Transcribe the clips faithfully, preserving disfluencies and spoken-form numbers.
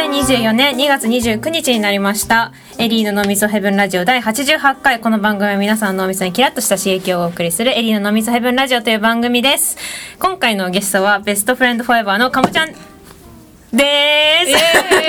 ににじゅうよねんにがつにじゅうくにちになりました。エリーの脳みそヘブンラジオだいはちじゅうはちかい。この番組は皆さんの脳みそにキラッとした刺激をお送りするエリーの脳みそヘブンラジオという番組です。今回のゲストはベストフレンドフォーエバーのかもちゃんでーす。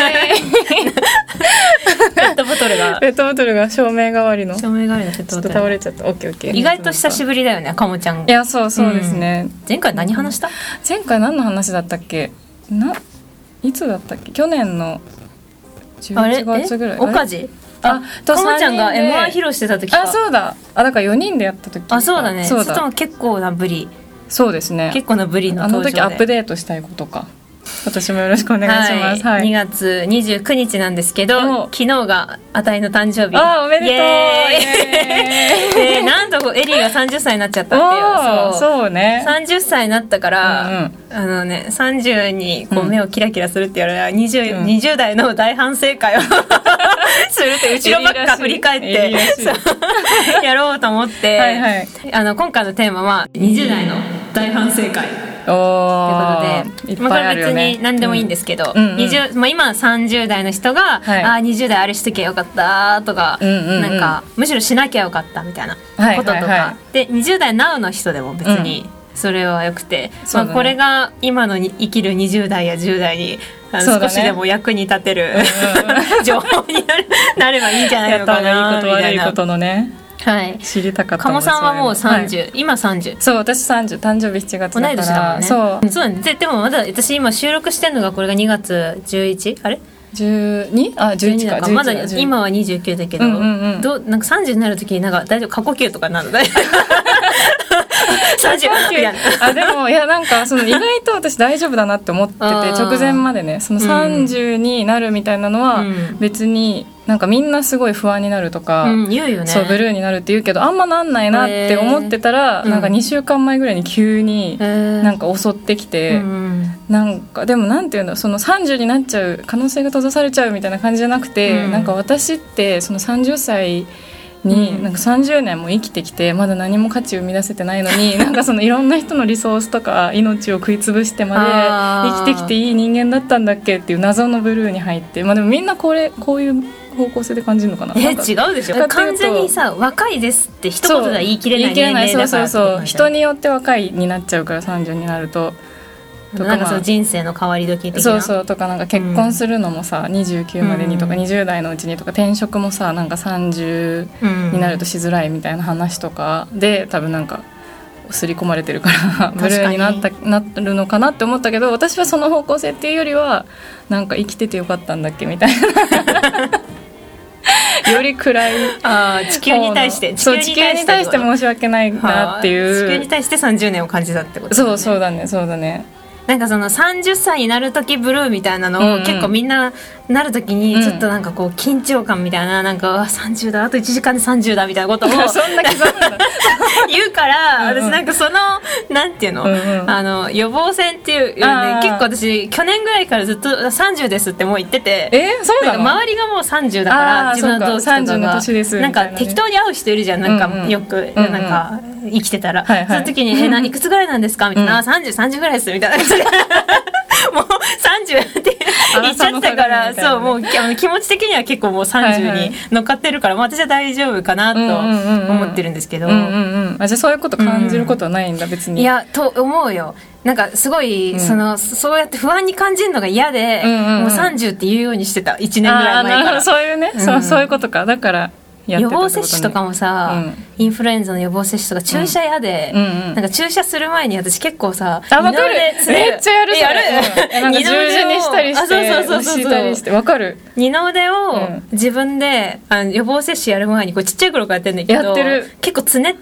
ペットボトルがペットボトルが照明代わりの照明代わりのペットボトルちょっと倒れちゃった。オッケーオッケー。 意外と久しぶりだよね、かもちゃん。 いやそうそうですね、 うん、前回何話した？ 前回何の話だったっけ？ないつだったっけ？去年のじゅういちがつぐらい。 おかじあとかもちゃんが エムワン 披露してた時か。 あそうだ。あだからよにんでやった時か。 あそうだね。 そうだ。 ちょっと結構なブリ。 そうですね。 結構なブリの登場で。 あの時アップデートしたいことか。私もよろしくお願いします、 はいはい、 にがつにじゅうくにちなんですけど、昨日があたいの誕生日。 あおめでとう。イエーイでなんとエリーがさんじゅっさいになっちゃったっていう。 そうそうね。 さんじゅっさいになったから、うんうん、あのねさんじゅうにこう目をキラキラするって言われたら、うん、20, うん、 にじゅう代の大反省会をするって後ろばっか振り返ってやろうと思ってはい、はい、あの今回のテーマはにじゅう代の大反省会ということで、まあ、これ別に何でもいいんですけど、うんうんうんまあ、今さんじゅう代の人が、はい、あにじゅう代あれしときゃよかったとか、うんうんうん、なんかむしろしなきゃよかったみたいなこととか、はいはいはい、でにじゅう代ナウの人でも別にそれはよくて、うんまあ、これが今のに生きるにじゅう代やじゅう代にあの少しでも役に立てる、ねうんうん、情報にな る, なればいいんじゃないのかなみたいな。 悪いことのねはい、知りたかった。 鴨さんはもうさんじゅう、はい、今さんじゅう。 そう私さんじゅう誕生日しちがつだから同い年だもんね。 そうそうだね。で, でもまだ私今収録してるのがこれがにがつじゅういちあれじゅうに? あじゅういちかまだ今はにじゅうきゅうだけど、うんうんうん、どうなんかさんじゅうになるときになんか大丈夫過呼吸とかなの大丈夫さんじゅうあでもいやなんかその意外と私大丈夫だなって思ってて直前までねそのさんじゅうになるみたいなのは別になんかみんなすごい不安になるとか、 うん、言うよね。 そうブルーになるって言うけどあんまなんないなって思ってたら、えー、なんかにしゅうかんまえぐらいに急になんか襲ってきて、えー、なんかでもなんていうのそのさんじゅうになっちゃう可能性が閉ざされちゃうみたいな感じじゃなくて、うん、なんか私ってそのさんじゅっさいになんかさんじゅうねんも生きてきてまだ何も価値を生み出せてないのになんかそのいろんな人のリソースとか命を食いつぶしてまで生きてきていい人間だったんだっけっていう謎のブルーに入って、まあ、でもみんなこれこういう方向性で感じるのかな。 え違うでしょ。完全にさ若いですって一言では言い切れない年齢だから。 そうそうそう人によって若いになっちゃうからさんじゅうになるととか、なんかその人生の変わり時的なそうそうとかなんか結婚するのもさ、うん、にじゅうきゅうまでにとか、うん、にじゅう代のうちにとか転職もさなんかさんじゅうになるとしづらいみたいな話とかで多分なんか刷り込まれてるからブルーになったなるのかなって思ったけど私はその方向性っていうよりはなんか生きててよかったんだっけみたいなより暗いあ地球に対して地球に対して、地球に対して申し訳ないなっていう地球に対してさんじゅうねんを感じたってことだね。そうそうだねそうだね。 なんかそのさんじゅっさいになるときブルーみたいなのを結構みんななるときにちょっとなんかこう緊張感みたいななんかさんじゅうだあといちじかんでさんじゅうだみたいなことをそんな刻むんだ言うから私なんかそのなんていうの、うんうん、あの予防線っていう、ね、結構私去年ぐらいからずっとさんじゅうですってもう言っててえそうなのなんか周りがもうさんじゅうだから自分の同期とかがさんじゅうの年ですみたいな、ね、 なんか適当に会う人いるじゃんなんかよく、うんうん、なんか生きてたら、はいはい、その時にえないくつぐらいなんですかみたいな、うん、あさんじゅう、さんじゅうぐらいですみたいな感じでもうさんじゅうって言っちゃったから、ね、そうもう気持ち的には結構もうさんじゅうに乗っかってるから、はいはい、まあ、私は大丈夫かなと思ってるんですけど、うんうんうん、 あじゃあそういうこと感じることはないんだ、うん、別に。 いやと思うよ。なんかすごい、うん、そのそうやって不安に感じるのが嫌で、うんうんうん、もうさんじゅうって言うようにしてたいちねんぐらい前から。 そういうね、うん、そう、そういうことか。だから予防接種とかもさ、うん、インフルエンザの予防接種とか注射嫌で、うんうんうん、なんか注射する前に私結構さあ分かるめっちゃやるそれやる、うん、なんか十字にしたりして押したりして分かる。 二の腕を自分であの予防接種やる前にこうちっちゃい頃からやってるんだけどやってる結構つねって、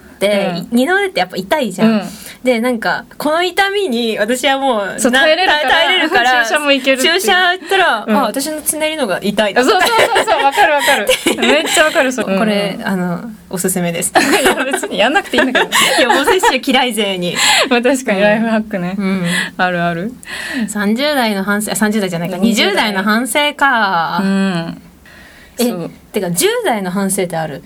うん、二の腕ってやっぱ痛いじゃん、うん、でなんかこの痛みに私はもうそう耐えれるから、 耐えれるから注射もいけるっていう注射やったら、うん、あ私のつねりのが痛いだそうそうそうそう分かる分かるめっちゃ分かるそこれ、うん、あのおすすめですいや別にやんなくていいんだけど予防接種嫌い勢にまあ確かにライフハックね、うん、あるある。 さんじゅう代の反省さんじゅう代じゃないかにじゅう代の反省か、うん、えてかじゅう代の反省ってある？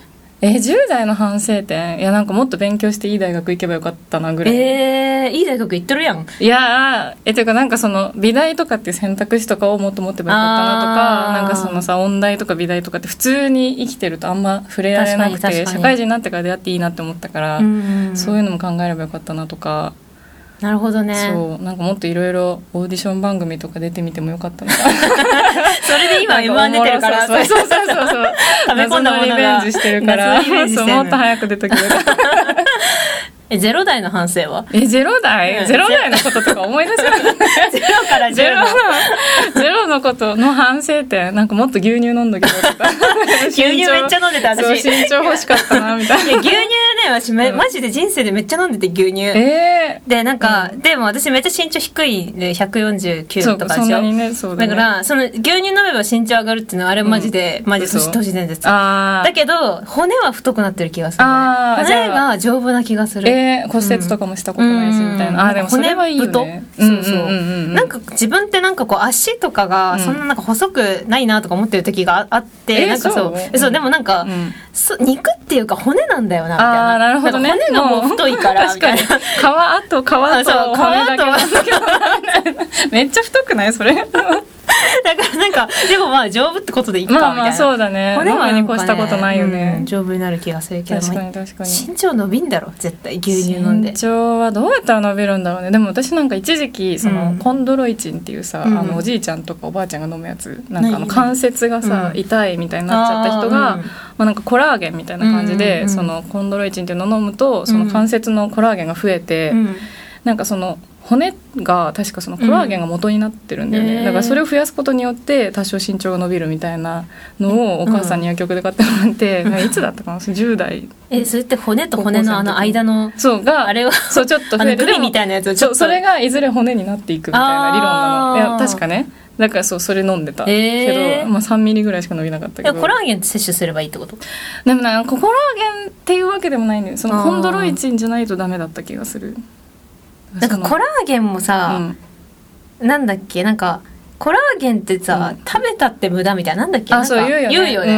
えー、じゅう代の反省点、いやなんかもっと勉強していい大学行けばよかったなぐらい。 えー、いい大学行ってるやん。 いやーえていうかなんかその美大とかっていう選択肢とかをもっと持ってばよかったなとか、なんかそのさ音大とか美大とかって普通に生きてるとあんま触れられなくて、社会人になってから出会っていいなって思ったから、うんうん、そういうのも考えればよかったなとか。 なるほどね。 そうなんかもっといろいろオーディション番組とか出てみてもよかったのかそれで今 エムワン 出てるからそうそうそうそうそう食べ込んだものがリベンジしてるからそうもっと早く出とけばよかったえゼロ代の反省はえゼロ代、うん、ゼロ代のこととか思い出せないゼロからゼロのゼロのことの反省点、なんかもっと牛乳飲んどけばよかった牛乳めっちゃ飲んでた私。 そう身長欲しかったなみたいな。いや牛乳ね私、うん、マジで人生でめっちゃ飲んでて牛乳、 えー、 でなんか、うん、でも私めっちゃ身長低いでひゃくよんじゅうきゅうとかでしょ。 そんなにね、そうだね。 だからその牛乳飲めば身長上がるっていうのはあれマジで、うん、マジで都市伝説。だけど骨は太くなってる気がする、ね、骨が丈夫な気がする。 えー、骨折とかもしたことないしみたいな、うん、あでもそれはいいよね。 そうそう、うんうんうんうん、なんか自分ってなんかこう足とかがそんななんか細くないなとか思ってる時があって、うん、なんかそう、そう、でもなんか、うん、そ肉っていうか骨なんだよなみたいな。 あなるほどね。 骨がもう太いからみたいな。 確かに皮あと皮と骨だけだけどめっちゃ太くないそれだからなんかでもまあ丈夫ってことでいいかみたいな。 まあまあそうだね。骨はに越したことないよね、 うん、丈夫になる気がするけど。 確かに確かに。 身長伸びんだろ絶対牛乳飲んで。 身長はどうやったら伸びるんだろうね。でも私なんか一時期その、うん、コンドロイチンっていうさ、うん、あのおじいちゃんとかおばあちゃんが飲むやつ、なんかあの関節がさ、うん、痛いみたいになっちゃった人が、うんまあ、なんかコラーゲンみたいな感じで、うんうんうん、そのコンドロイチンっていうのを飲むとその関節のコラーゲンが増えて、うん、なんかその骨が確かそのコラーゲンが元になってるんだよね、うん、だからそれを増やすことによって多少身長が伸びるみたいなのをお母さんに薬局で買ってもらって、うん、いつだったかなじゅう代。 えそれって骨と骨のあの間のそうがあれはそうちょっと増えるグミみたいなやつをちょっとそれがいずれ骨になっていくみたいな理論なの。いや確かね。だからそうそれ飲んでた、えー、けど、まあ、さんミリぐらいしか伸びなかったけど。 コラーゲンって摂取すればいいってこと？ でもなんかコラーゲンっていうわけでもないんだよ。そのコンドロイチンじゃないとダメだった気がする。 なんかコラーゲンもさ、うん、なんだっけなんかコラーゲンってさ、うん、食べたって無駄みたいななんだっけ。 あそう言うよね。 言うよね、うんうん、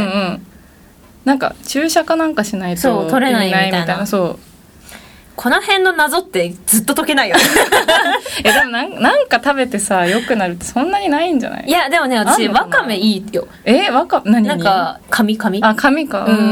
なんか注射かなんかしないとそう取れないみたいな。 みたいなそうこの辺の謎ってずっと解けないよえでもなん、なんか食べてさ良くなるってそんなにないんじゃない？ いやでもね私わかめいいよ。 えわか何になんか髪髪あ髪かうん、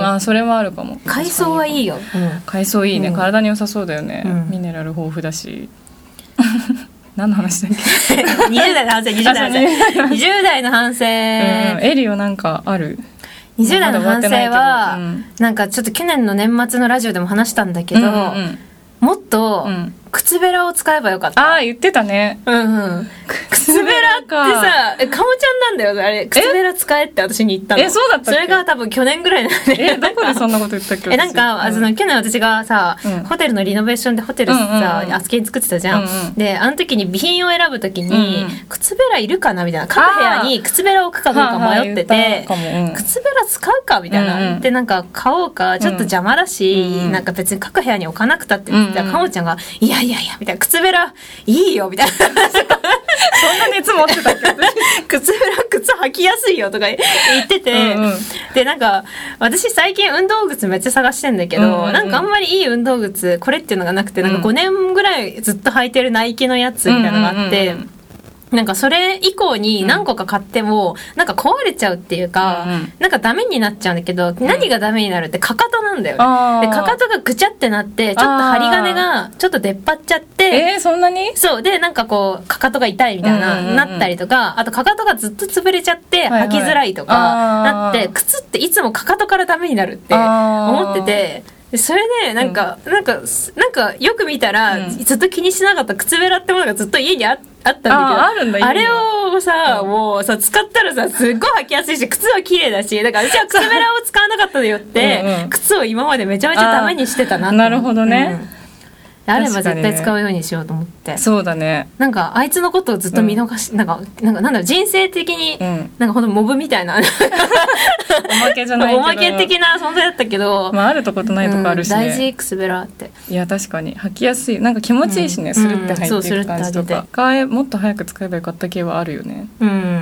あそれはあるかも。 海藻はいいよ、うん、 海藻いいね、うん、体に良さそうだよね、うん、ミネラル豊富だし何の話だっけにじゅう代の反省にじゅう代の反省にじゅう代の反省、うん、 エリオなんかある？ にじゅう代の反省は、うん、なんかちょっと去年の年末のラジオでも話したんだけど、うんうん、もっと、うん靴べらを使えばよかった。 ああ言ってたね。 うんうん。靴べらってさ、えかもちゃんなんだよあれ。靴べら使えって私に言ったの。 えそうだったっけ？ それが多分去年ぐらいなんで。 えどこでそんなこと言ったっけ？ えなんか、うん、あの去年私がさ、うん、ホテルのリノベーションでホテルさ、うんうんうん、あそこに作ってたじゃん。うんうん、であの時に備品を選ぶ時に、うんうん、靴べらいるかなみたいな。各部屋に靴べらを置くかどうか迷ってて、はあはあうん、靴べら使うかみたいな。うんうん、でなんか買おうかちょっと邪魔だし、うん、なんか別に各部屋に置かなくたって言ってたら、うんうん、かもちゃんがいやいやいやみたいな靴べらいいよみたいなそんな熱持ってたっけ靴べら靴履きやすいよとか言っててうん、うん、でなんか私最近運動靴めっちゃ探してんだけど、うんうんうん、なんかあんまりいい運動靴これっていうのがなくて、なんかごねんぐらいずっと履いてるナイキのやつみたいなのがあって、うんうんうんうんなんかそれ以降に何個か買ってもなんか壊れちゃうっていうか、うん、なんかダメになっちゃうんだけど、何がダメになるってかかとなんだよね。でかかとがぐちゃってなってちょっと針金がちょっと出っ張っちゃってえー、そんなにそうでなんかこうかかとが痛いみたいな、うんうんうん、なったりとか、あとかかとがずっと潰れちゃって履きづらいとかなって、はいはい、靴っていつもかかとからダメになるって思ってて、それでなんか、うん、なんかなんかよく見たら、うん、ずっと気にしなかった靴べらってものがずっと家にあってあったんだけどあ, あ, るんだあれをさ、うん、もうさ使ったらさすっごい履きやすいし靴は綺麗だし、だから私は靴べらを使わなかったのよってうん、うん、靴を今までめちゃめちゃダメにしてたなって。 なるほどね、 うん、あれば絶対使うようにしようと思って。 そうだね。 なんかあいつのことをずっと見逃し、うん、なんかなんかなんだろう人生的に、うん、なんかほんとモブみたいなおまけじゃないけどおまけ的な存在だったけど、 まあ、あるとことないとこあるしね、 うん、大事靴べらって。 いや確かに履きやすい、なんか気持ちいいしね、うん、スルって入っていく感じとか、うん、もっと早く使えばよかった系はあるよね。 うん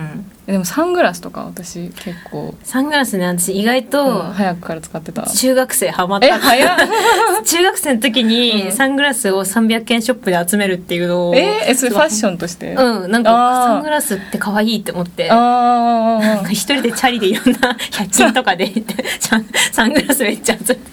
でもサングラスとか私結構サングラスね、私意外と、 うん、早くから使ってた。 中学生ハマった。 え早っ中学生の時にサングラスをさんびゃくえんショップで集めるっていうのを、 えー、それファッションとして、 うん、なんかサングラスって可愛いって思って、あなんか一人でチャリでいろんなひゃく均とかで行ってサングラスめっちゃ集めて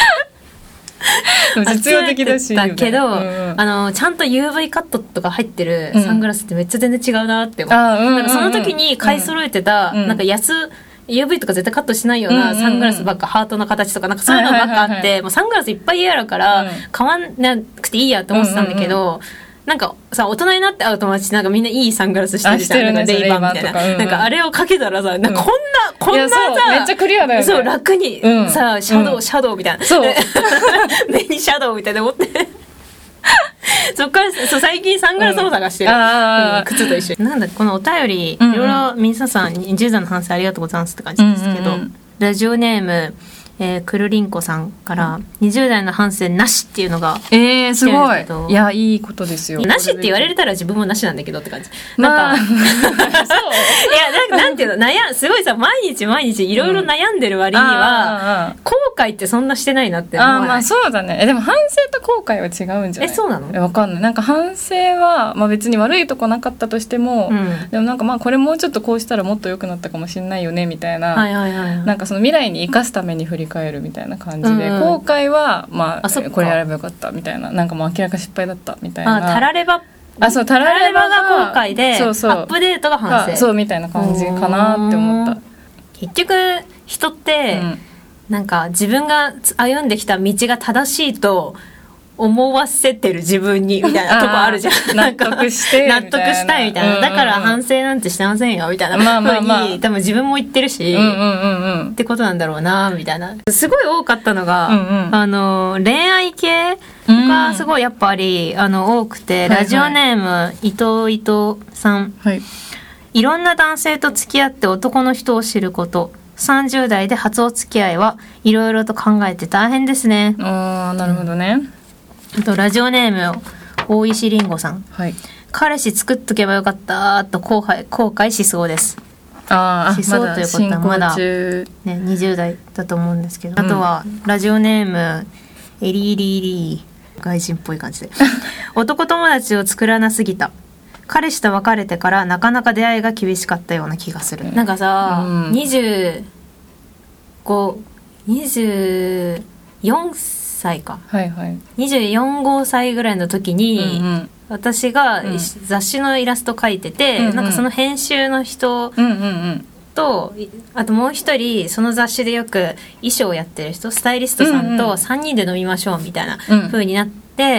実用的だしだけど、うんうん、 あのちゃんと ユーブイ カットとか入ってるサングラスってめっちゃ全然違うなって思って、うん、なんかその時に買い揃えてた、うん、なんか安 ユーブイ とか絶対カットしないようなサングラスばっか、ハートの形とかなんかそういうのばっかあって、もうサングラスいっぱい家あるから、うん、買わなくていいやと思ってたんだけど、うんうんうん、なんかさ、大人になって会う友達なんかみんないいサングラスしてるじゃん、ね、レイバンみたいな、うんうん、なんかあれをかけたらさ、なんかこんな、うん、こんなさめっちゃクリアだよね。 そう楽に、うん、さシャドウ、うん、シャドウみたいな、 そう目にシャドウみたいな思ってそっからそう最近サングラスを探してる、うんうん、靴と一緒に。なんだこのお便り、いろいろ皆さんにじゅう代の反省ありがとうございますって感じですけど、うんうんうん、ラジオネームえー、くるりんこさんからにじゅう代の反省なしっていうのがえー、すごい。いやいいことですよ。 なしって言われたら自分もなしなんだけどって感じ。なんか、まあ、そういやなんなんていうの悩すごいさ毎日毎日いろいろ悩んでる割には、うん、後悔ってそんなしてないなって思わない。 あまあそうだね。でも反省と後悔は違うんじゃない？ えそうなの？ わかんない。なんか反省は、まあ、別に悪いとこなかったとしても、うん、でもなんかまあこれもうちょっとこうしたらもっと良くなったかもしれないよねみたいな、はいはいはい、なんかその未来に生かすために振り返るみたいな感じで、うん、後悔はまあ、あこれやればよかったみたいな、なんかもう明らか失敗だったみたいな、 あたらればあそうたらればが後悔で、 そうそうアップデートが反省、 そうみたいな感じかなって思った。 結局人って、うん、なんか自分が歩んできた道が正しいと思わせてる自分にみたいなとこあるじゃん。 納得して納得したいみたいな、うんうんうん、だから反省なんてしてませんよみたいな、まあまあまあ、多分自分も言ってるし、うんうんうんうん、ってことなんだろうなみたいな。すごい多かったのが、うんうん、あの恋愛系がすごいやっぱり、うん、あの多くて、ラジオネーム、はいはい、伊藤伊藤さん、はい、いろんな男性と付き合って男の人を知ること、さんじゅう代で初お付き合いはいろいろと考えて大変ですね。 あーなるほどね。 あとラジオネーム大石りんごさん、はい、彼氏作っとけばよかったと後悔、後悔しそうです。 あしそうということはまだ、ね、にじゅう代だと思うんですけど、うん、あとはラジオネームエリーリーリー外人っぽい感じで男友達を作らなすぎた、彼氏と別れてからなかなか出会いが厳しかったような気がする、うん、なんかさ、うん、にじゅうご、にじゅうよんさいか、はいはい、にじゅうよん、ごさいぐらいの時に、うんうん、私が雑誌のイラスト描いてて、うんうん、なんかその編集の人と、うんうんうん、あともう一人その雑誌でよく衣装をやってる人、スタイリストさんとさんにんで飲みましょうみたいな風になって、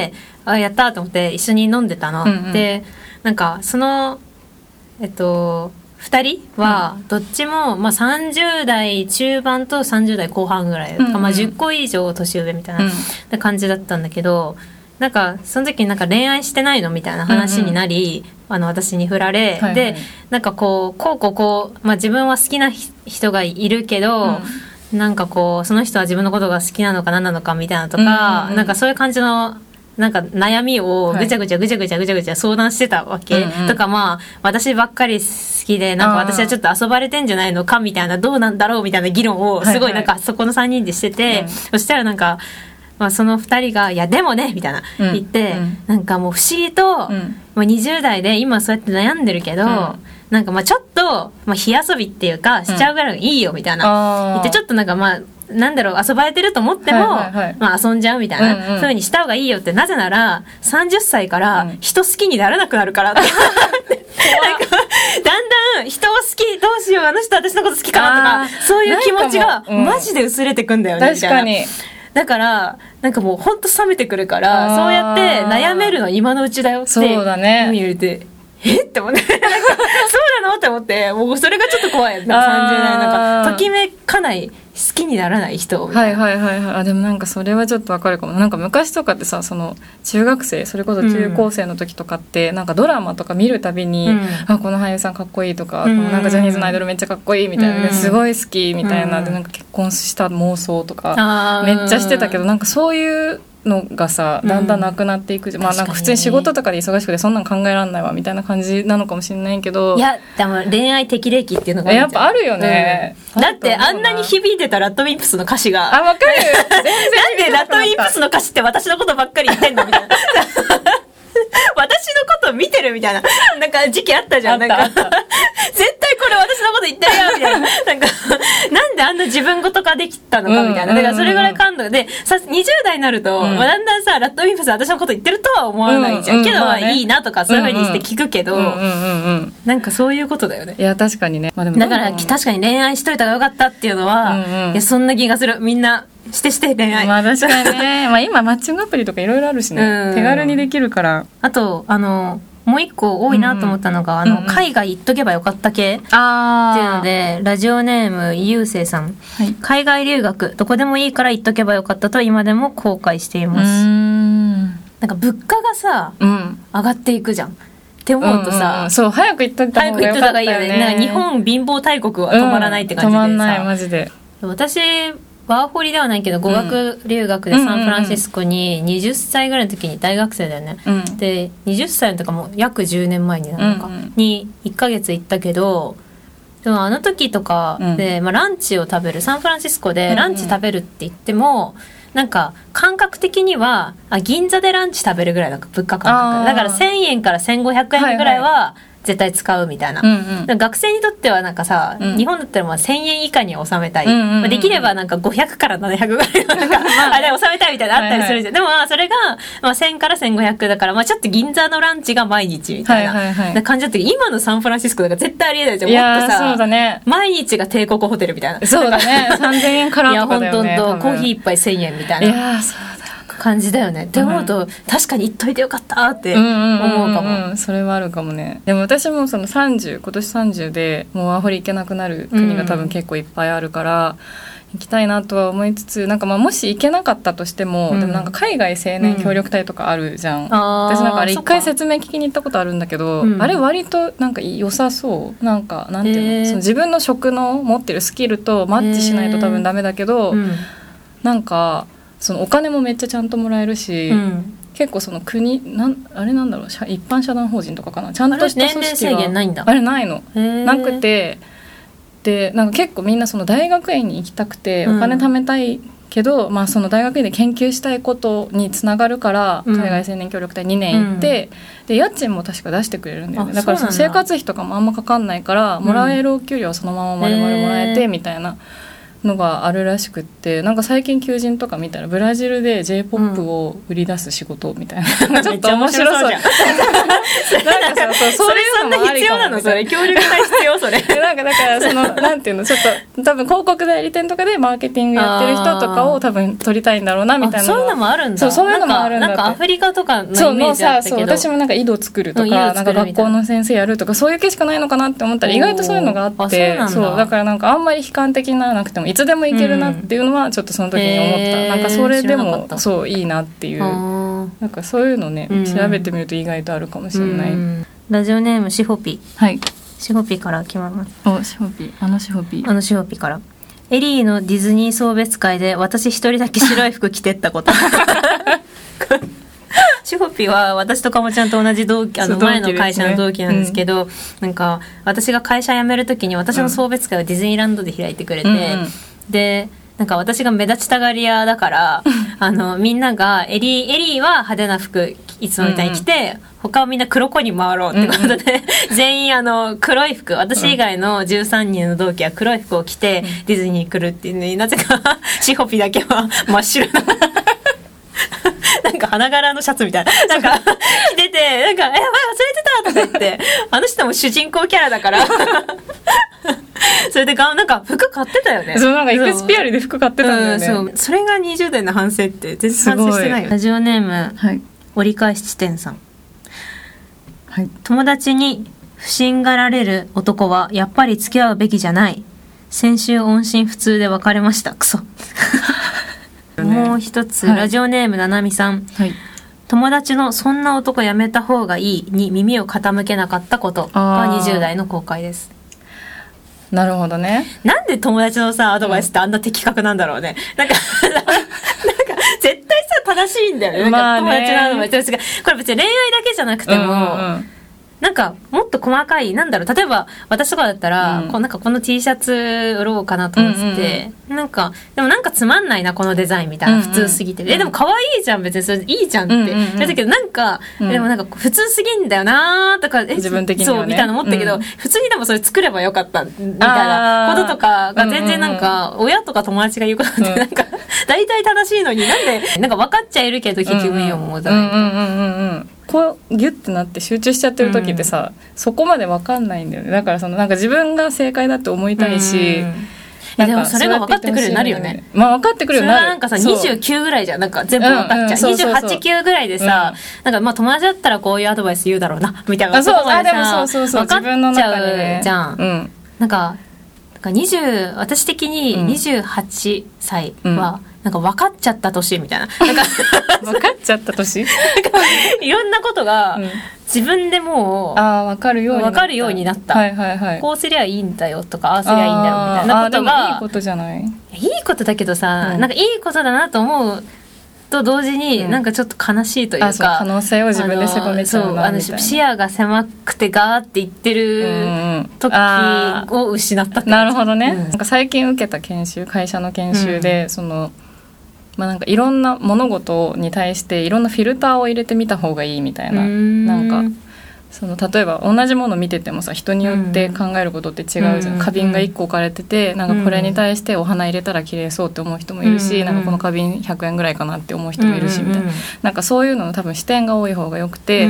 うん、あやったと思って一緒に飲んでたの、うんうん、でなんかそのえっとふたりはどっちも、まあ、さんじゅう代中盤とさんじゅう代後半ぐらい、うんうん、まあ、じゅっこ以上年上みたいな感じだったんだけど、なんかその時になんか恋愛してないのみたいな話になり、うんうん、あの私に振られ、はいはい、でなんかこうこうこうこう、まあ、自分は好きな人がいるけど、うん、なんかこうその人は自分のことが好きなのか何なのかみたいなとか、うんうんうん、なんかそういう感じのなんか悩みをぐちゃぐちゃぐちゃぐちゃぐちゃぐちゃ相談してたわけ、はい、とかまあ私ばっかり好きでなんか私はちょっと遊ばれてんじゃないのかみたいな、どうなんだろうみたいな議論をすごいなんかそこのさんにんでしてて、はいはい、そしたらなんか、まあ、そのふたりがいやでもねみたいな言って、うん、なんかもう不思議と、うん、まあ、にじゅう代で今そうやって悩んでるけど、うん、なんかまあちょっと、まあ、火遊びっていうかしちゃうぐらいいいよみたいな、うん、言ってちょっとなんかまあなんだろう遊ばれてると思っても、はいはいはい、まあ、遊んじゃうみたいな、うんうん、風にした方がいいよって、なぜならさんじゅっさいから人好きにならなくなるからって、うん、なんかだんだん人を好きどうしようあの人私のこと好きかなとかそういう気持ちがマジで薄れてくんだよね、うん、みたいな。確かに。だからなんかもうほんと冷めてくるから、そうやって悩めるの今のうちだよってそうだね言われてえって思ってなんかそうなのって思って、もうそれがちょっと怖い。なんかさんじゅう代なんかときめかない好きにならない人みたいな。はいはいはいはい。あでもなんかそれはちょっとわかるかも。なんか昔とかってさ、その中学生それこそ中高生の時とかって、うん、なんかドラマとか見るたびに、うん、あこの俳優さんかっこいいとか、うん、このなんかジャニーズのアイドルめっちゃかっこいいみたいな、ね、うん、すごい好きみたいな、うん、でなんか結婚した妄想とかめっちゃしてたけど、なんかそういうのがさだんだんなくなっていく、うん、まあなんか普通に仕事とかで忙しくてそんなん考えらんないわみたいな感じなのかもしれないけど、 いやでも恋愛適齢期っていうのがやっぱあるよね、 うん、だってあんなに響いてたラッドウィンプスの歌詞があ、わかる全然なんでラッドウィンプスの歌詞って私のことばっかり言ってんのみたいな私のこと見てるみたいななんか時期あったじゃん。なんか絶対これ私のこと言ってるよみたいななんかなんであんな自分ごと化できたのかみたいな、だからそれぐらい感動でさにじゅう代になると、うん、まあ、だんだんさラッドウィンプス私のこと言ってるとは思わないじゃん、うん、けど、まあね、いいなとかそういう風にして聞くけど、うんうんうんうん、なんかそういうことだよね。 いや確かにね、まあ、でもだから確かに恋愛しといた方がよかったっていうのは、うんうん、いやそんな気がする。みんなしてして恋愛、 まあ確かにねまあ今マッチングアプリとかいろいろあるしね、うん、手軽にできるから。 あとあのもう一個多いなと思ったのが、うんうん、あの海外行っとけばよかった系っていうので、ラジオネームゆうせいさん、はい、海外留学どこでもいいから行っとけばよかったと今でも後悔しています。うーん、なんか物価がさ、うん、上がっていくじゃんって思うとさ、うんうん、 そう早く行っといた方がよかったよね。 なんか日本貧乏大国は止まらないって感じでさ、 うん、止まんないマジで。 私ワーホリではないけど語学留学でサンフランシスコにはたちぐらいの時に大学生だよね、うん、ではたちの時も約じゅうねんまえになるのか、うんうん、にいっかげつ行ったけど、でもあの時とかで、うん、まあ、ランチを食べるサンフランシスコでランチ食べるって言っても、うんうん、なんか感覚的にはあ銀座でランチ食べるぐらいの物価感覚だからせんえんからせんごひゃくえんぐらいは、はいはい、絶対使うみたいな、うんうん、学生にとってはなんかさ、うん、日本だったらまあせんえん以下に収めたい、うんうんうんうん、できればなんかごひゃくからななひゃくぐらいのなんかあれ収めたいみたいなのあったりするじゃん、はいはい、でもまあそれがまあせんからせんごひゃくだからまあちょっと銀座のランチが毎日みたいな、はいはいはい、感じだったけど今のサンフランシスコだから絶対ありえないじゃん。もっとさ、 そうだね、 毎日が帝国ホテルみたいな、 そうだねさんぜんえんからとかだよね。 いや本当コーヒー一杯せんえんみたいな、いやそう感じだよねって思うと、うん、確かに言っといてよかったって思うかも、うんうんうんうん、 それはあるかもね。でも私もそのさんじゅう今年さんじゅうでもうワーホリ行けなくなる国が多分結構いっぱいあるから、うん、行きたいなとは思いつつ、なんかまあもし行けなかったとしても、うん、でもなんか海外青年協力隊とかあるじゃん、うん、私なんかあれ一回説明聞きに行ったことあるんだけど、うん、あれ割となんか良さそう。なんかなんていうの、その自分の職の持ってるスキルとマッチしないと多分ダメだけど、うん、なんかそのお金もめっちゃちゃんともらえるし、うん、結構その国なんあれなんだろう、一般社団法人とかかな、ちゃんとした組織が年齢制限ないんだ。 あれないの、なくて、でなんか結構みんなその大学院に行きたくてお金貯めたいけど、うん、まあ、その大学院で研究したいことにつながるから海外青年協力隊にねん行って、うん、で家賃も確か出してくれるんだよね。だからその生活費とかもあんまかかんないから、もらえるお給料はそのまま丸々もらえてみたいなのがあるらしくって、なんか最近求人とか見たらブラジルで J-ポップ を売り出す仕事みたいな、うん、ちょっと面白そうじゃんなんかそうそういうのもありかも。それそんな必要なのそれ協力隊必要それなんかだからそのなんていうの、ちょっと多分広告代理店とかでマーケティングやってる人とかを多分取りたいんだろうなみたいな。 そういうのもあるんだ。 そうそういうのもあるんだって。 なんかアフリカとかのイメージあったけど、 そう私もなんか井戸作るとか、なんか学校の先生やるとかそういう系しかないのかなって思ったら意外とそういうのがあって、そうだからなんかあんまり悲観的にならなくてもいつでもいけるなっていうのはちょっとその時に思った、うん、なんかそれでもそういいなっていう、なんかそういうのね、うん、調べてみると意外とあるかもしれない、うん、 ラジオネームしほぴ、 はい、 しほぴから来ます。 おしほぴ、あのしほぴあのしほぴからエリーのディズニー送別会で私一人だけ白い服着てったことしほぴは私とかもちゃんと同じ同期、あの前の会社の同期なんですけど、うん、なんか私が会社辞める時に私の送別会をディズニーランドで開いてくれて、うんうんうん、でなんか私が目立ちたがり屋だからあのみんながエリーエリーは派手な服いつもみたいに着て、うんうん、他はみんな黒子に回ろうってことで、うんうん、全員あの黒い服、私以外のじゅうさんにんの同期は黒い服を着てディズニーに来るっていうのに、なぜかシホピだけは真っ白ななんか花柄のシャツみたいななんか着てて、なんかえやばい忘れてたとか言ってあの人も主人公キャラだからそれでがなんか服買ってたよね。 そうなんかエクスピアリで服買ってたんだよね。 そう、それがにじゅう代の反省って全然反省してないよ。ラジオネーム、はい、折り返し地点さん、はい、友達に不審がられる男はやっぱり付き合うべきじゃない。先週音信不通で別れました。クソもう一つ、はい、ラジオネームななみさん、はい、友達のそんな男やめた方がいいに耳を傾けなかったことがにじゅう代の後悔です。 なるほどね。 なんで友達のさアドバイスってあんな的確なんだろうね。なんかなんか絶対さ正しいんだよね。なんか友達のアドバイスがこれ別に恋愛だけじゃなくても、うんうんうん、なんかもっと細かいなんだろう、例えば私とかだったら、うん、こうなんかこの T シャツ売ろうかなと思ってて、うんうん、なんかでもなんかつまんないなこのデザインみたいな、普通すぎて、うんうん、えでも可愛いじゃん別にそれいいじゃんって、うんうんうん、だけどなんか、うん、でもなんか普通すぎんだよなとか、え自分的にはねそうみたいな思ったけど、うん、普通にでもそれ作ればよかったみたいなこととかが全然なんか、うんうんうん、親とか友達が言うことってなんか、うん、大体正しいのになんでなんか分かっちゃいるけど結局いい思うじゃない、うんうんうんうんうん、 こうギュッてなって集中しちゃってる時ってさ、うん、そこまで分かんないんだよね。だからそのなんか自分が正解だって思いたいし、うんでもそれが分かってくるようになるよね。 まあ分かってくるようになる。 それはなんかさにじゅうきゅうぐらいじゃん、なんか全部分かっちゃう、うんうん、にじゅうはち、きゅうぐらいでさ、うん、なんかまあ友達だったらこういうアドバイス言うだろうなみたいなことまでさ分かっちゃうじゃん、うん、なんかなんかにじゅう私的ににじゅうはっさいは、うん、なんか分かっちゃった年みたいな、なんか分かっちゃった年いろんなことが、うん、自分でもうあ分かるようになった、 分かるようになった、 はいはいはい、 こうすりゃいいんだよとかああすりゃいいんだよみたいなことがいいことじゃない、いいことだけどさ、うん、なんかいいことだなと思うと同時に、うん、なんかちょっと悲しいというか、 あそう可能性を自分で狭めちゃうなみたいな、 視野が狭くてガーっていってる時を失ったって、 なるほどね、うん、なんか最近受けた研修、会社の研修で、うん、そのまあ、なんかいろんな物事に対していろんなフィルターを入れてみた方がいいみたいな、なんかその例えば同じもの見ててもさ人によって考えることって違うじゃん、うん、花瓶がいっこ置かれててなんかこれに対してお花入れたら綺麗そうって思う人もいるし、うん、なんかこの花瓶ひゃくえんぐらいかなって思う人もいるしみたいな、なんかそういうのの多分視点が多い方がよくて、うん、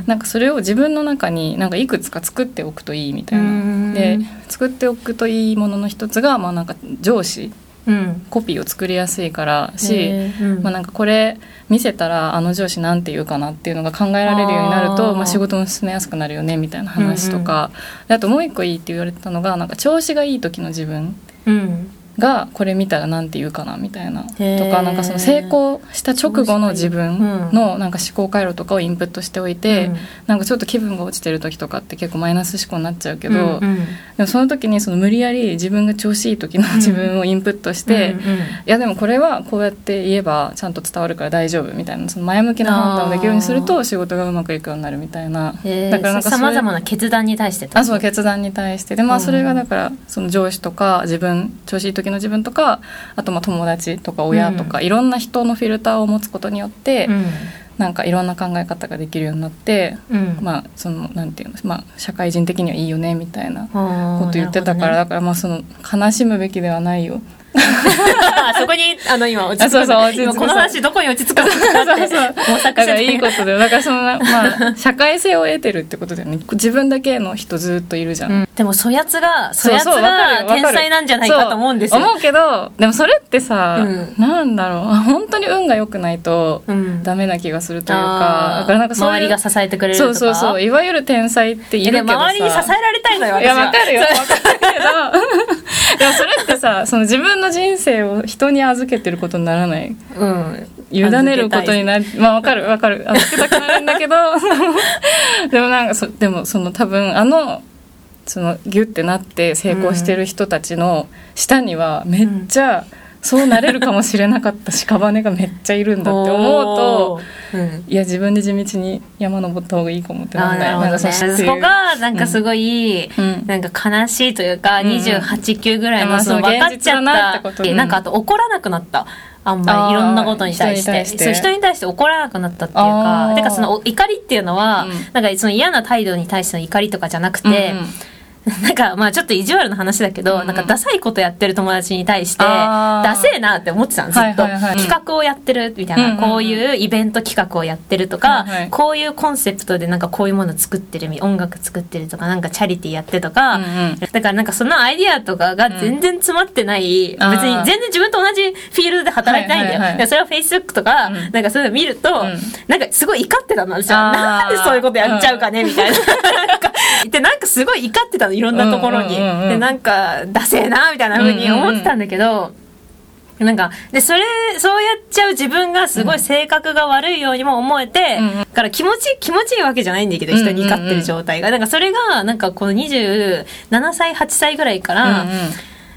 なんかそれを自分の中になんかいくつか作っておくといいみたいな、うん、で作っておくといいものの一つが、まあ、なんか上司うん、コピーを作りやすいからし、うんまあ、なんかこれ見せたらあの上司なんて言うかなっていうのが考えられるようになると、まあ、仕事も進めやすくなるよねみたいな話とか、うんうん、であともう一個いいって言われてたのがなんか調子がいい時の自分がこれ見たらなんて言うかなみたいなとか、なんかその成功した直後の自分のなんか思考回路とかをインプットしておいて、うん、なんかちょっと気分が落ちてる時とかって結構マイナス思考になっちゃうけど、うんうん、でもその時にその無理やり自分が調子いい時の自分をインプットして、うんうんうん、いやでもこれはこうやって言えばちゃんと伝わるから大丈夫みたいな、その前向きな判断をできるようにすると仕事がうまくいくようになるみたいな。 だからなんかさまざまな決断に対してあそう決断に対してで、まあ、それがだからその上司とか自分調子いい時の自分とかあとまあ友達とか親とか、うん、いろんな人のフィルターを持つことによって、うん、なんかいろんな考え方ができるようになって、うんまあそのなんていうの、まあ、社会人的にはいいよねみたいなこと言ってたから、ね、だからまあその悲しむべきではないよそこにあの今落ち着く、そうそう今この話どこに落ち着くかって模索してだからいいことだよ。だからその、まあ、社会性を得てるってことだよね。自分だけの人ずっといるじゃん、うん、 でもそやつがそやつが天才なんじゃないかと思うんですよ。 思うけどでもそれってさ、うん、なんだろう本当に運が良くないとダメな気がするというか、うん、だからなんかそういう周りが支えてくれるとかそうそうそういわゆる天才っているけどさ周りに支えられたいのよ私は。いや分かるよ分かるけどでもそれってさその自分の人生を人に預けてることにならない、うん、委ねることになる。まあわかるわかる預けたくなるんだけどでもなんかそでもその多分あのそのギュッてなって成功してる人たちの下にはめっちゃ、うんそうなれるかもしれなかった屍がめっちゃいるんだって思うと、うん、いや自分で地道に山登った方がいいかもってなんだよ。なんか そ, そこがなんかすごい、うん、なんか悲しいというか、うん、にじゅうはち、きゅうぐらいのその分かっちゃったな, って、うん、なんかあと怒らなくなったあんまりいろんなことに対して、人に対して、そう人に対して怒らなくなったっていうか、てかその怒りっていうのは、うん、なんかその嫌な態度に対しての怒りとかじゃなくて、うんうんなんかまあちょっと意地悪な話だけど、うん、なんかダサいことやってる友達に対してダセえなって思ってたんずっと、はいはいはい、企画をやってるみたいな、うん、こういうイベント企画をやってるとか、うん、こういうコンセプトでなんかこういうもの作ってる音楽作ってるとかなんかチャリティーやってとか、うんうん、だからなんかそのアイディアとかが全然詰まってない、うん、別に全然自分と同じフィールドで働いてないんだよ、はいはいはい、それを Facebook とか、うん、なんかそういうの見ると、うん、なんかすごい怒ってたの私はなんでそういうことやっちゃうかねみたいなでなんかすごい怒ってたのいろんなところに、うんうんうんうん、でなんかダセーなみたいな風に思ってたんだけど、うんうんうん、なんかでそれそうやっちゃう自分がすごい性格が悪いようにも思えて、うん、だから気持ち気持ちいいわけじゃないんだけど人に怒ってる状態が、うんうんうん、なんかそれがなんかこのにじゅうななさいはっさいぐらいから、うんうん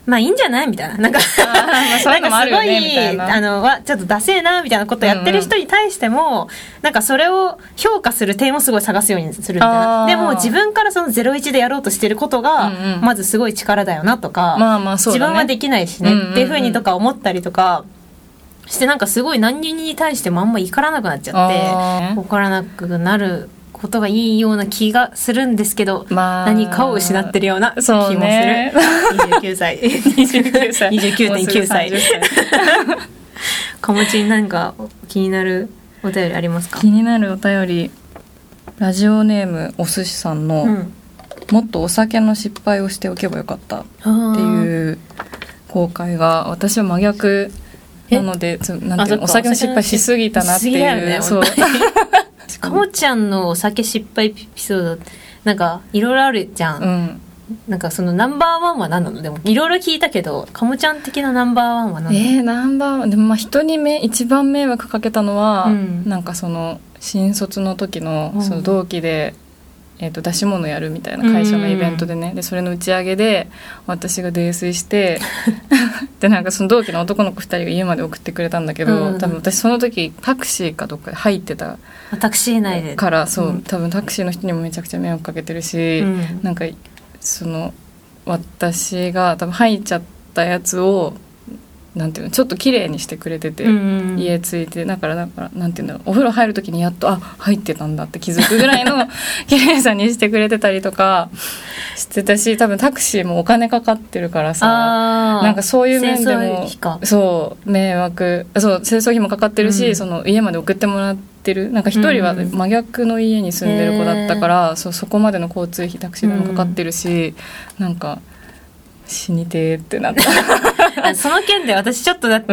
まあいいんじゃないみたいな、なんかまあそういうのもあるよねみたいな、 あのわちょっとダセーなみたいなことをやってる人に対しても、うんうん、なんかそれを評価する点をすごい探すようにするみたいな。でも自分からそのゼロイチでやろうとしてることが、うんうん、まずすごい力だよなとか、まあまあそうだね、自分はできないしね、うんうんうん、っていう風にとか思ったりとかして、なんかすごい何に対してもあんま怒らなくなっちゃって、怒らなくなることがいいような気がするんですけど、まあ、何かを失ってるような気もする、ね、にじゅうきゅうさいにじゅうきゅうさいにじゅうきゅうてんきゅうさいかもちに何か気になるお便りありますか？ 気になるお便り、ラジオネームお寿司さんの、うん、もっとお酒の失敗をしておけばよかったっていう後悔が私は真逆なので、なんていうの、お酒の失敗しすぎたなっていう、ね、そうかもちゃんのお酒失敗エピソードなんかいろいろあるじゃん、うん、なんかそのナンバーワンは何なの？でもいろいろ聞いたけど、かもちゃん的なナンバーワンは何なの？ えー、ナンバーワンでもまあ人にめ一番迷惑かけたのは、うん、なんかその新卒の時 の, その同期で、えー、と出し物やるみたいな会社のイベントでね、うん、でそれの打ち上げで私が泥酔してでなんかその同期の男の子ふたりが家まで送ってくれたんだけど、うん、多分私その時タクシーかどっかで入ってたタクシー内でからそう、うん、多分タクシーの人にもめちゃくちゃ迷惑かけてるし、うん、なんかその私が多分入っちゃったやつをなんていうのちょっと綺麗にしてくれてて、うんうん、家着いてだからだからなんていうんだろう、お風呂入る時にやっとあ入ってたんだって気づくぐらいの綺麗さにしてくれてたりとかしてたし、多分タクシーもお金かかってるからさ、なんかそういう面でもそう迷惑、そう清掃費もかかってるし、うん、その家まで送ってもらってる、なんか一人は真逆の家に住んでる子だったから、うん、そ, そこまでの交通費タクシーでもかかってるし、うん、なんか死にてーってなったその件で私ちょっとだって、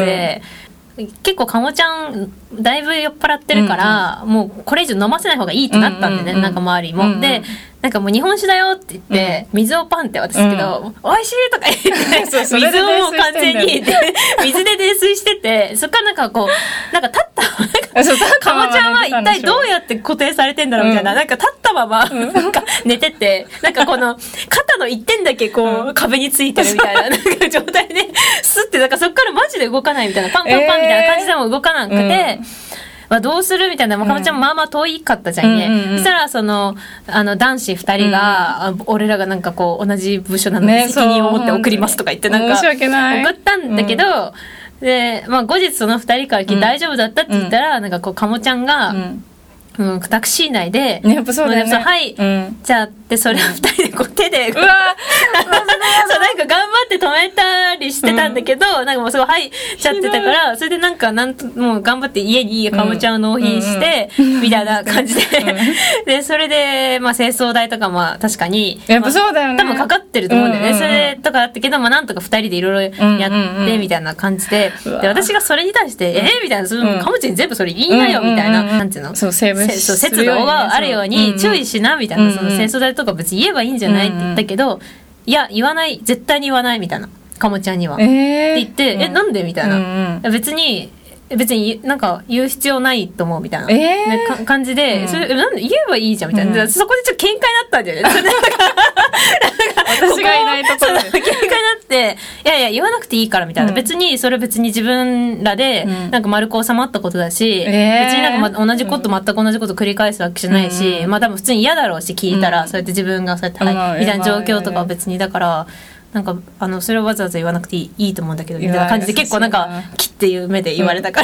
うん、結構かもちゃんだいぶ酔っ払ってるから、うんうん、もうこれ以上飲ませない方がいいってなったんでね、うんうんうん、なんか周りも、うんうん、でなんかもう日本酒だよって言って、うん、水をパンって渡すけど、うん、美味しいとか言ってそうそう水をもう完全に水で泥酔してて、そっからなんかこうなんか立ったかもちゃんは一体どうやって固定されてんだろうみたいな、うん、なんか立ったまま、うん、なんか寝てて、なんかこの肩の一点だけこう、うん、壁についてるみたいな、 なんか状態でスッて、なんかそっからマジで動かないみたいな、パンパンパンみたいな感じでも動かなくて、えーうんまあ、どうするみたいな、かもちゃんもまあまあ遠いかったじゃんね、うんうんうん、そしたらそのあの男子ふたりが、うん、俺らがなんかこう同じ部署なので責任を持って送りますとか言ってなんか送ったんだけど、うんでまあ、後日そのふたりから聞いて大丈夫だったって言ったら、うん、なんかこうかもちゃんが、うんうん、タクシー内で、 ね、やっぱそうだよね、 はい、うん、じゃあってそれをふたりでこう手でうわそうなんか頑張って止めたりしてたんだけど、うん、なんかもうすごい入っちゃってたから、それでなんかなんともう頑張って家にかもちゃんを納品して、うん、みたいな感じで、うん、でそれで、まあ、清掃代とかも確かにやっぱそうだよね、 まあ、多分かかってると思うんだよね、うんうんうん、それとかあったけど、まあ、なんとかふたりでいろいろやってみたいな感じで、うんうんうん、で私がそれに対してえー、みたいな、そのかもちゃんに全部それ言いなよみたいな、うんうんうん、なんていうの、 そうセーブそう節度があるように注意しなみたいな、うんうん、その清掃代とか別に言えばいいんじゃないって言ったけど、うんうん、いや言わない、絶対に言わないみたいな、かもちゃんには、えー、って言って、うん、えなんでみたいな、うんうん、別に別になんか言う必要ないと思うみたいな、えー、感じで、うん、それなんで言えばいいじゃんみたいな、うん、そこでちょっと喧嘩になったんだよね私がいないところで喧嘩になっていやいや言わなくていいからみたいな、うん、別にそれ別に自分らでなんか丸く収まったことだし、うん、別になんか、ま、同じこと全く同じこと繰り返すわけじゃないし、うん、まあ多分普通に嫌だろうし聞いたら、うん、そうやって自分がそうやって、うん、はい、みたいな状況とかは別にだからなんかあのそれをわざわざ言わなくてい い, いいと思うんだけどみたいな感じで結構なんかキッっていう目で言われたから、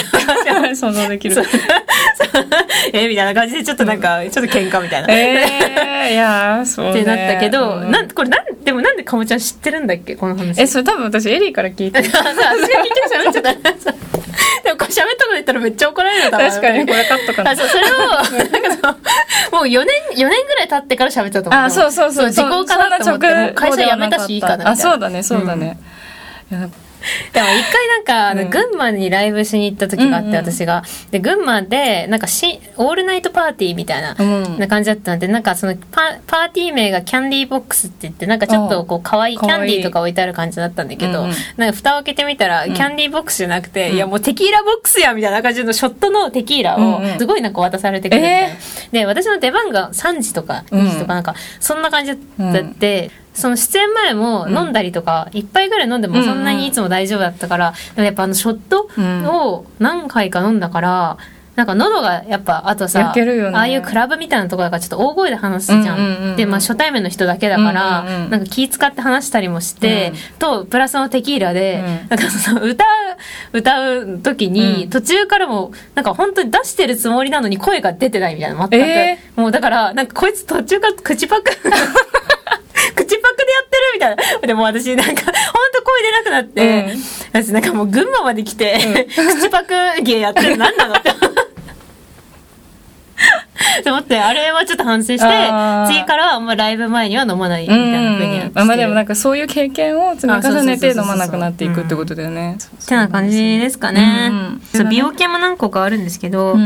うん、想像できるえみたいな感じでちょっとなんか、うん、ちょっと喧嘩みたいな、 えー、いやそうねってなったけど、うん、なんこれなんでもなんでかもちゃん知ってるんだっけこの話。 えそれ多分私エリーから聞いて私が聞いて喋っちゃったでもこれ喋ったこと言ったらめっちゃ怒られるだろう。 確かにこれカットかな。 あそうそれをなんかそうもうよねんよねんぐらい経ってから喋ったと思う。 あそうそうそう時効かなと思ってもう会社辞めたしいいかなみたいな。 あそうだねそうだね、うん、いやでも一回なんか、うん、群馬にライブしに行った時があって、うんうん、私がで群馬でなんかしオールナイトパーティーみたいな、うん、な感じだったのでなんかその パ, パーティー名がキャンディーボックスって言ってなんかちょっとこう可愛いキャンディーとか置いてある感じだったんだけど、うんうん、なんか蓋を開けてみたら、うん、キャンディーボックスじゃなくて、うん、いやもうテキーラボックスやみたいな感じのショットのテキーラをすごいなんか渡されてくるみたいな、えー、で私の出番がさんじとかにじとかなんかそんな感じだって、うんその出演前も飲んだりとか、うん、いっぱいぐらい飲んでもそんなにいつも大丈夫だったから、でもやっぱあのショットを何回か飲んだから、なんか喉がやっぱあとさ、ね、ああいうクラブみたいなところだからちょっと大声で話すじゃん、うんうんうん、でまあ初対面の人だけだから、うんうんうん、なんか気使って話したりもして、うん、とプラスのテキーラで、うん、なんかその歌う歌う時に、うん、途中からもなんか本当に出してるつもりなのに声が出てないみたいな、全く、えー、もうだからなんかこいつ途中から口パク口パクでやってるみたいな。でも私なんか本当声出なくなって、うん、私なんかもう群馬まで来て、うん、口パク芸やってる何なのってと思って、あれはちょっと反省して、次からはあんまライブ前には飲まないみたいな風になって、うん、 まあでもなんかそういう経験を積み重ねて飲まなくなっていくってことだよね。 ってな感じですかね、うんうん、美容系も何個かあるんですけど、うんうん、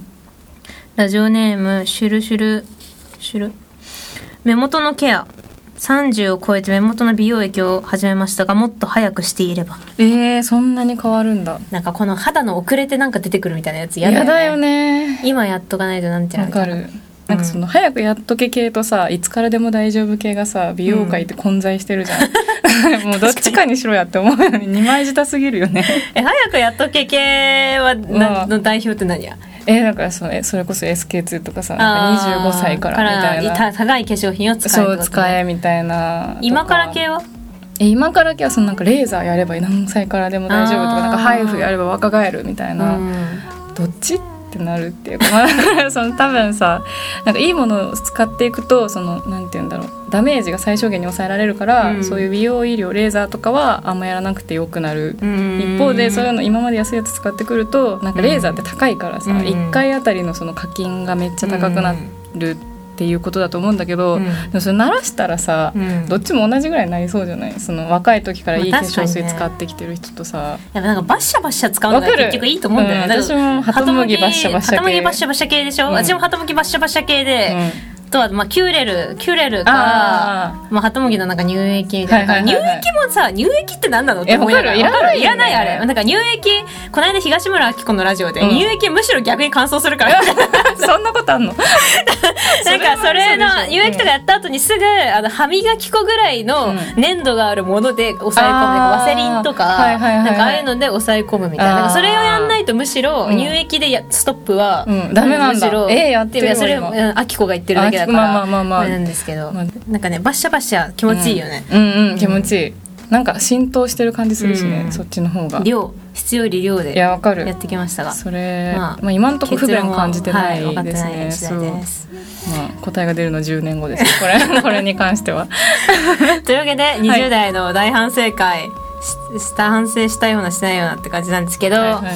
ラジオネームシュルシュルシュル目元のケアさんじゅうを超えて目元の美容液を始めましたが、もっと早くしていれば。 えー、そんなに変わるんだ。 なんかこの肌の遅れてなんか出てくるみたいなやつ嫌だよね。 嫌だよね。 今やっとかないとなんていうの。 わかる。なんかその早くやっとけ系とさ、いつからでも大丈夫系がさ、美容界って混在してるじゃん、うん、もうどっちかにしろやって思うのににまい舌すぎるよねえ早くやっとけ系はなの代表って何や。 えだからそれ、それこそ エスケーツー とかさ、なんかにじゅうごさいからみたいな、 高い化粧品を使え、 そう使えみたいな。 今から系はえ今から系はそのなんかレーザーやれば何歳からでも大丈夫とか、なんかハイフやれば若返るみたいな、どっちってなるっていうかその多分さ、なんかいいものを使っていくと、そのなんていうんだろう、ダメージが最小限に抑えられるから、うん、そういう美容医療レーザーとかはあんまやらなくてよくなる、うん、一方でそういうの今まで安いやつ使ってくると、なんかレーザーって高いからさ、うん、いっかいあたりのその課金がめっちゃ高くなるっていうことだと思うんだけど、うん、でもそれ慣らしたらさ、うん、どっちも同じぐらいになりそうじゃない。その若い時からいい化粧水使ってきてる人とさ、 ね、やっぱなんかバッシャバッシャ使うのが結局いいと思うんだよね、 うん、私もハトムギバッシャバッシャ系、 ハトムギバッシャバッシャ系でしょ、うん、私もハトムギバッシャバッシャ系で、うんとはまあキュレルキュレルかあ、まあ、ハトムギのなんか乳液みたいな、はいはいはいはい、乳液もさ、乳液って何なのって思いながら、 いらない、 いらないあれ。なんか乳液、この間東村明子のラジオで、うん、乳液むしろ逆に乾燥するからそんなことあんのなんかそれの乳液とかやった後にすぐあの歯磨き粉ぐらいの粘度があるもので抑え込む、うん、ワセリンとか、はいはいはいはい、なんかああいうので抑え込むみたいな、なんかそれをやんないとむしろ乳液でやストップは、うん、 ダメなんだ。 むしろえー、やってるよ。 それ明子が言ってるだけだから、まあまあまあまあ、なんですけど、まあ、なんかねバッシャバッシャ気持ちいいよね、 うん、うんうん気持ちいい。なんか浸透してる感じするしね、うん、そっちの方が量質より量でやってきましたが、 それ、まあまあ、今のところ不便感じてないですね、はい、分かってない次第です。 まあ、答えが出るのじゅうねんごですこれこれに関してはというわけでにじゅう代の大反省会、はい、した反省したようなしないようなって感じなんですけど、はいはい、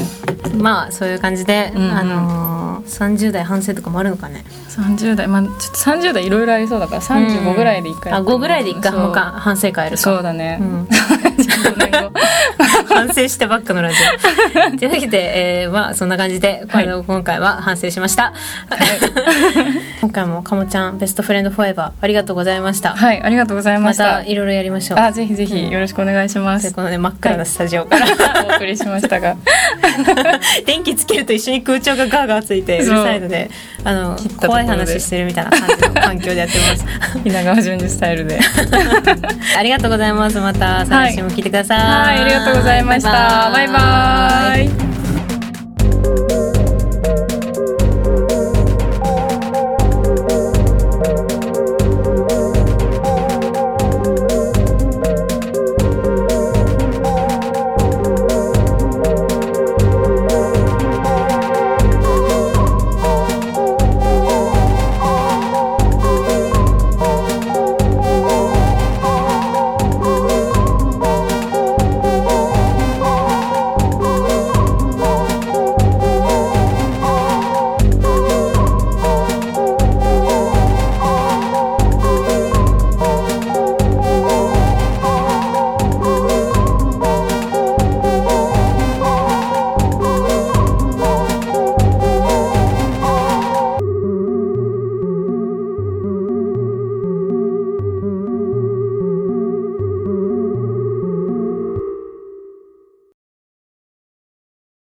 まあそういう感じで、うんうん、あのー、さんじゅう代反省とかもあるのかね。 さんじゅう代、まあ、ちょっとさんじゅう代いろいろありそうだからさんじゅうごぐらいでいっかい、 うん、あごぐらいでいっかいもうか反省会やるか。 そうだね、うん反省してばっかのラジオというわけで、えーまあ、そんな感じで、はい、今回は反省しました、はい、今回もかもちゃんベストフレンドフォーエバーありがとうございました。 はい、ありがとうございました。 またいろいろやりましょう。 あ、ぜひぜひよろしくお願いします、 うん、この、ね、真っ暗なスタジオから、 はい、お送りしましたが電気つけると一緒に空調がガーガーついてうるさいので、あの怖い話してるみたいな感じの環境でやってます稲川淳二スタイルでありがとうございます。また再来週も聞いてください。 はい、はい、ありがとうございました。バイバイ。